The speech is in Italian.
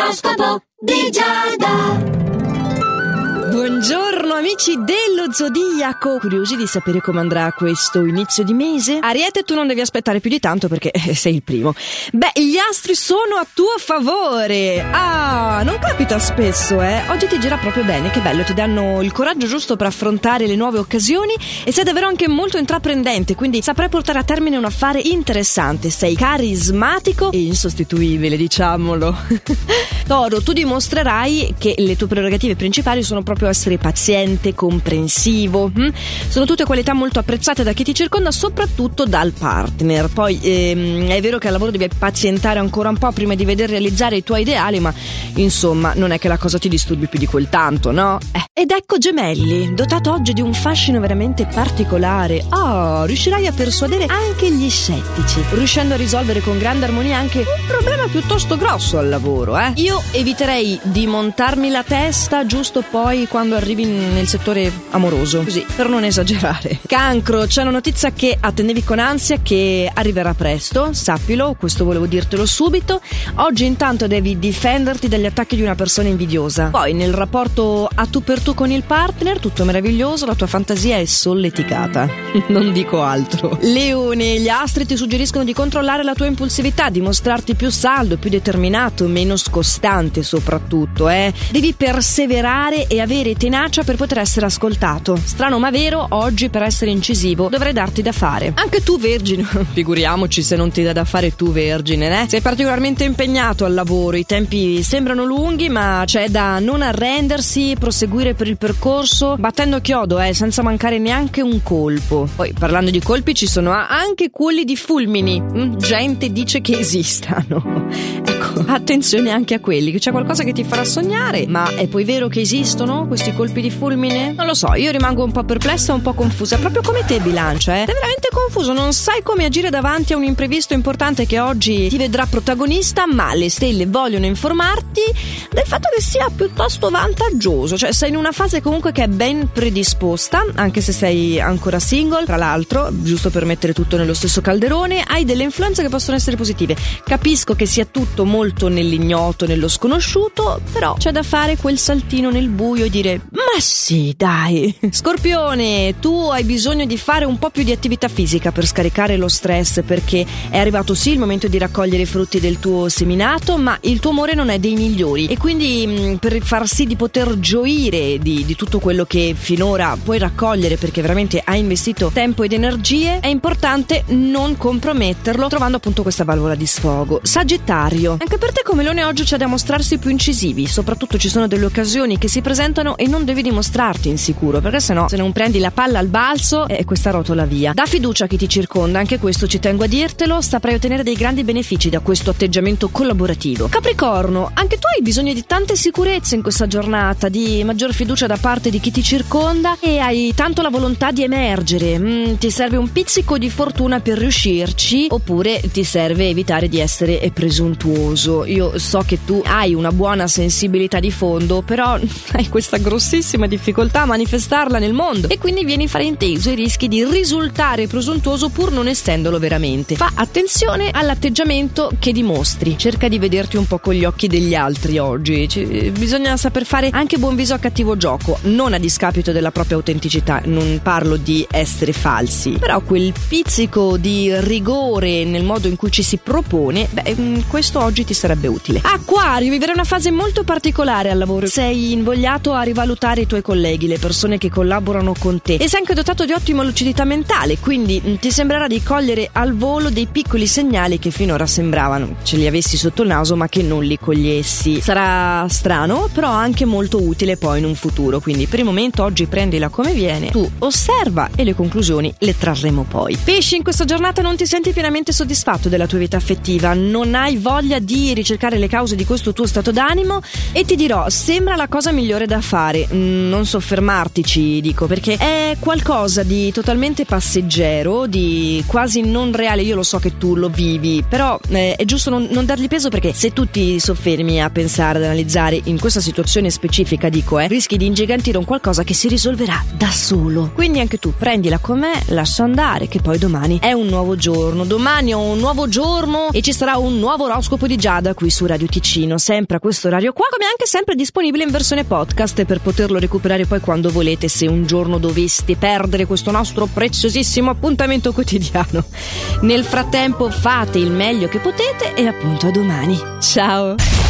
L'oroscopo di Giada. Buongiorno amici dello Zodiaco, curiosi di sapere come andrà questo inizio di mese? Ariete, tu non devi aspettare più di tanto perché sei il primo. Beh, gli astri sono a tuo favore. Non capita spesso, Oggi ti gira proprio bene, che bello, ti danno il coraggio giusto per affrontare le nuove occasioni e sei davvero anche molto intraprendente, quindi saprai portare a termine un affare interessante. Sei carismatico e insostituibile, diciamolo. Toro, tu dimostrerai che le tue prerogative principali sono proprio essere paziente, comprensivo. Sono tutte qualità molto apprezzate da chi ti circonda, soprattutto dal partner. Poi è vero che al lavoro devi pazientare ancora un po' prima di veder realizzare i tuoi ideali, ma insomma non è che la cosa ti disturbi più di quel tanto, no? Ed ecco Gemelli, dotato oggi di un fascino veramente particolare. Riuscirai a persuadere anche gli scettici, riuscendo a risolvere con grande armonia anche un problema piuttosto grosso al lavoro, Io eviterei di montarmi la testa giusto poi quando arrivi nel settore amoroso, così, per non esagerare. Cancro, c'è una notizia che attendevi con ansia che arriverà presto, sappilo, questo volevo dirtelo subito. Oggi intanto devi difenderti dagli attacchi di una persona invidiosa. Poi nel rapporto a tu per tu con il partner, tutto meraviglioso, la tua fantasia è solleticata. Non dico altro. Leone, gli astri ti suggeriscono di controllare la tua impulsività, di mostrarti più saldo, più determinato, meno scostante soprattutto, Devi perseverare e avere tenacia per poter essere ascoltato. Strano ma vero, oggi per essere incisivo dovrei darti da fare. Anche tu vergine, figuriamoci se non ti dà da fare tu vergine, Sei particolarmente impegnato al lavoro, i tempi sembrano lunghi ma c'è da non arrendersi, proseguire per il percorso battendo chiodo, senza mancare neanche un colpo. Poi parlando di colpi ci sono anche quelli di fulmini, gente dice che esistano. Ecco, attenzione anche a quelli, che c'è qualcosa che ti farà sognare, ma è poi vero che esistono questi colpi di fulmine? Non lo so, io rimango un po' perplessa e un po' confusa, proprio come te Bilancia, Sei veramente confuso, non sai come agire davanti a un imprevisto importante che oggi ti vedrà protagonista, ma le stelle vogliono informarti del fatto che sia piuttosto vantaggioso, cioè sei in una fase comunque che è ben predisposta, anche se sei ancora single, tra l'altro, giusto per mettere tutto nello stesso calderone, hai delle influenze che possono essere positive. Capisco che sia tutto molto nell'ignoto, nello sconosciuto, però c'è da fare quel saltino nel buio e dire ma sì dai. Scorpione, tu hai bisogno di fare un po' più di attività fisica per scaricare lo stress, perché è arrivato sì il momento di raccogliere i frutti del tuo seminato, ma il tuo amore non è dei migliori e quindi per far sì di poter gioire di tutto quello che finora puoi raccogliere, perché veramente hai investito tempo ed energie, è importante non comprometterlo trovando appunto questa valvola di sfogo. Sagittario, anche per te come Leone oggi c'è da mostrarsi più incisivi, soprattutto ci sono delle occasioni che si presentano e non devi dimostrarti insicuro, perché sennò se non prendi la palla al balzo questa rotola via. Da fiducia a chi ti circonda, anche questo ci tengo a dirtelo, saprai ottenere dei grandi benefici da questo atteggiamento collaborativo. Capricorno, anche tu hai bisogno di tante sicurezze in questa giornata, di maggior fiducia da parte di chi ti circonda e hai tanto la volontà di emergere. Ti serve un pizzico di fortuna per riuscirci, oppure ti serve evitare di essere presuntuoso. Io so che tu hai una buona sensibilità di fondo, però hai questa grossissima difficoltà a manifestarla nel mondo e quindi vieni frainteso e rischi di risultare presuntuoso pur non essendolo veramente. Fa attenzione all'atteggiamento che dimostri, cerca di vederti un po' con gli occhi degli altri oggi. Bisogna saper fare anche buon viso a cattivo gioco, non a discapito della propria autenticità, non parlo di essere falsi, però quel pizzico di rigore nel modo in cui ci si propone, questo oggi ti sarebbe utile. Acquario, vivere una fase molto particolare al lavoro, sei invogliato a rivalutare i tuoi colleghi, le persone che collaborano con te, e sei anche dotato di ottima lucidità mentale, quindi ti sembrerà di cogliere al volo dei piccoli segnali che finora sembravano ce li avessi sotto il naso ma che non li cogliessi. Sarà strano, però anche molto utile poi in un futuro, quindi per il momento oggi prendila come viene, tu osserva e le conclusioni le trarremo poi. Pesci, in questa giornata non ti senti pienamente soddisfatto della tua vita affettiva, non hai voglia di ricercare le cause di questo tuo stato d'animo e ti dirò, sembra la cosa migliore da fare. fare, non soffermartici, dico, perché è qualcosa di totalmente passeggero, di quasi non reale. Io lo so che tu lo vivi, però è giusto non dargli peso, perché se tu ti soffermi a pensare, ad analizzare in questa situazione specifica, dico, rischi di ingigantire un qualcosa che si risolverà da solo. Quindi anche tu prendila com'è, lascia andare, che poi domani è un nuovo giorno. Domani ho un nuovo giorno e ci sarà un nuovo oroscopo di Giada qui su Radio Ticino, sempre a questo orario qua, come anche sempre disponibile in versione podcast per poterlo recuperare poi quando volete, se un giorno doveste perdere questo nostro preziosissimo appuntamento quotidiano. Nel frattempo fate il meglio che potete e appunto a domani. Ciao!